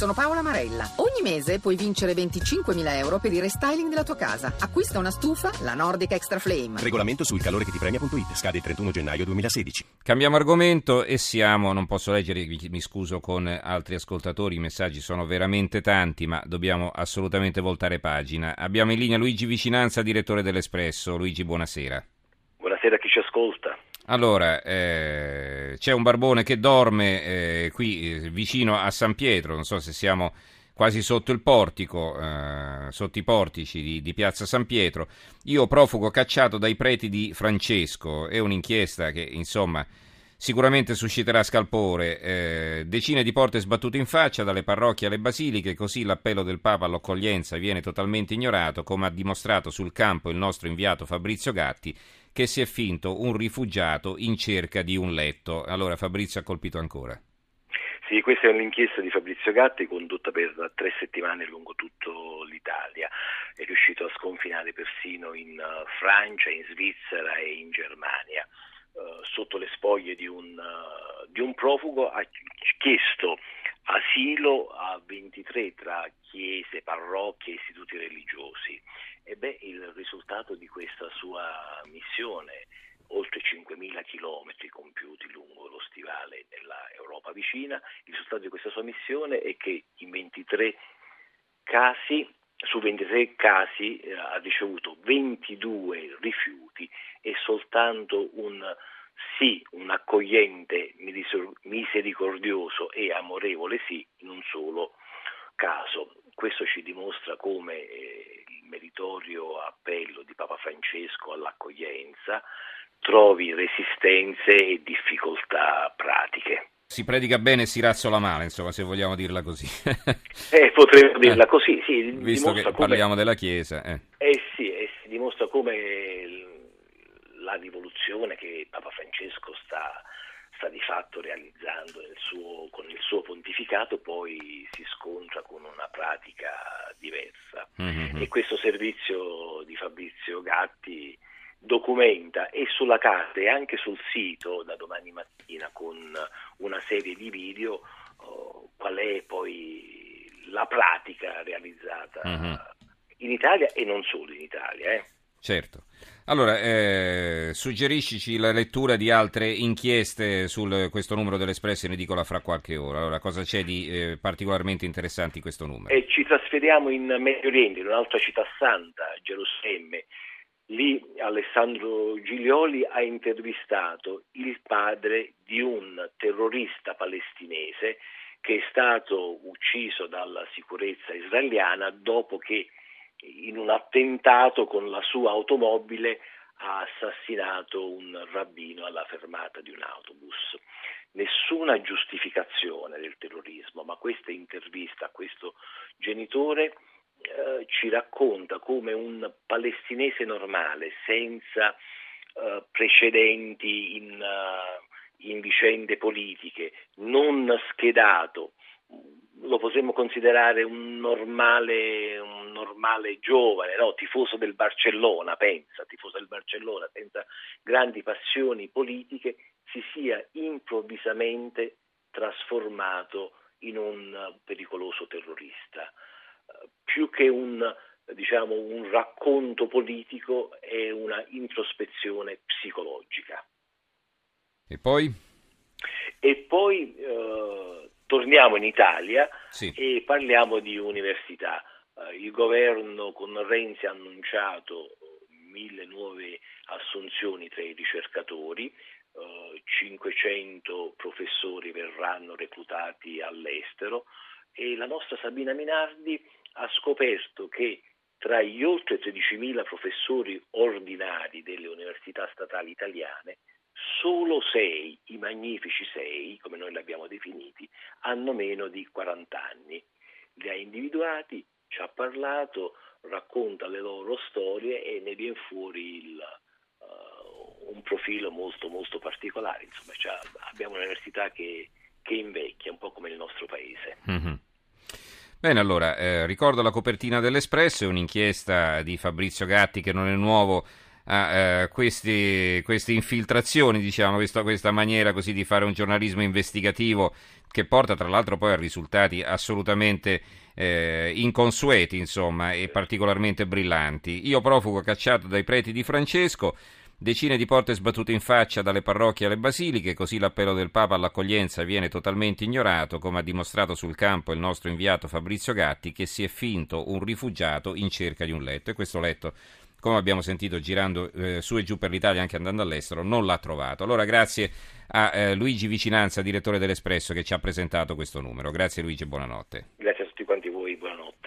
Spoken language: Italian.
sono Paola Marella. Ogni mese puoi vincere 25.000 euro per il restyling della tua casa. Acquista una stufa, la Nordic Extra Flame. Regolamento sul calore che ti premia.it. Scade il 31 gennaio 2016. Cambiamo argomento e non posso leggere, mi scuso con altri ascoltatori, i messaggi sono veramente tanti, ma dobbiamo assolutamente voltare pagina. Abbiamo in linea Luigi Vicinanza, direttore dell'Espresso. Luigi, buonasera. Buonasera a chi ci ascolta. Allora, c'è un barbone che dorme qui vicino a San Pietro, non so se siamo quasi sotto il portico, sotto i portici di Piazza San Pietro. Io profugo cacciato dai preti di Francesco, è un'inchiesta che insomma sicuramente susciterà scalpore, decine di porte sbattute in faccia dalle parrocchie alle basiliche, così l'appello del Papa all'accoglienza viene totalmente ignorato, come ha dimostrato sul campo il nostro inviato Fabrizio Gatti, che si è finto un rifugiato in cerca di un letto. Allora Fabrizio ha colpito ancora. Sì, questa è un'inchiesta di Fabrizio Gatti condotta per 3 settimane lungo tutto l'Italia. È riuscito a sconfinare persino in Francia, in Svizzera e in Germania. Sotto le spoglie di un profugo ha chiesto asilo a 23 tra chiese, parrocchie e istituti religiosi. Il risultato di questa sua missione, oltre 5.000 chilometri compiuti lungo lo stivale della Europa vicina, il risultato di questa sua missione è che in 23 casi, su 23 casi ha ricevuto 22 rifiuti e soltanto un accogliente, misericordioso e amorevole sì in un solo caso. Questo ci dimostra come il meritorio appello di Papa Francesco all'accoglienza trovi resistenze e difficoltà pratiche. Si predica bene e si razzola male, insomma, se vogliamo dirla così. Potremmo dirla così, sì. Visto che parliamo della Chiesa. Si dimostra come la rivoluzione che Papa Francesco sta di fatto realizzando con il suo pontificato poi si scontra con una pratica diversa. E questo servizio di Fabrizio Gatti documenta e sulla carta e anche sul sito da domani mattina con una serie di video qual è poi la pratica realizzata in Italia e non solo in Italia. Certo. Allora, suggeriscici la lettura di altre inchieste su questo numero dell'Espresso in edicola fra qualche ora. Allora, cosa c'è di particolarmente interessante in questo numero? Ci trasferiamo in Medio Oriente, in un'altra città santa, Gerusalemme. Lì Alessandro Giglioli ha intervistato il padre di un terrorista palestinese che è stato ucciso dalla sicurezza israeliana dopo che in un attentato con la sua automobile ha assassinato un rabbino alla fermata di un autobus. Nessuna giustificazione del terrorismo, ma questa intervista a questo genitore ci racconta come un palestinese normale, senza precedenti in vicende politiche, non schedato, lo potremmo considerare un normale giovane, no? Tifoso del Barcellona, senza grandi passioni politiche, si sia improvvisamente trasformato in un pericoloso terrorista. Più che un racconto politico è una introspezione psicologica. E poi torniamo in Italia sì. E parliamo di università. Il governo con Renzi ha annunciato 1.000 nuove assunzioni tra i ricercatori, 500 professori verranno reclutati all'estero e la nostra Sabina Minardi ha scoperto che tra gli oltre 13.000 professori ordinari delle università statali italiane, solo 6, i magnifici 6, come noi li abbiamo definiti, hanno meno di 40 anni. Li ha individuati, ci ha parlato, racconta le loro storie e ne viene fuori un profilo molto molto particolare. Insomma, abbiamo un'università che invecchia, un po' come il nostro paese. Mm-hmm. Bene, allora, ricordo la copertina dell'Espresso, è un'inchiesta di Fabrizio Gatti che non è nuovo a queste infiltrazioni, diciamo, questa maniera così di fare un giornalismo investigativo che porta tra l'altro poi a risultati assolutamente inconsueti, insomma, e particolarmente brillanti. Io profugo cacciato dai preti di Francesco, decine di porte sbattute in faccia dalle parrocchie alle basiliche, così l'appello del Papa all'accoglienza viene totalmente ignorato, come ha dimostrato sul campo il nostro inviato Fabrizio Gatti, che si è finto un rifugiato in cerca di un letto. E questo letto, come abbiamo sentito girando su e giù per l'Italia, anche andando all'estero, non l'ha trovato. Allora grazie a Luigi Vicinanza, direttore dell'Espresso, che ci ha presentato questo numero. Grazie Luigi e buonanotte. Grazie a tutti quanti voi, buonanotte.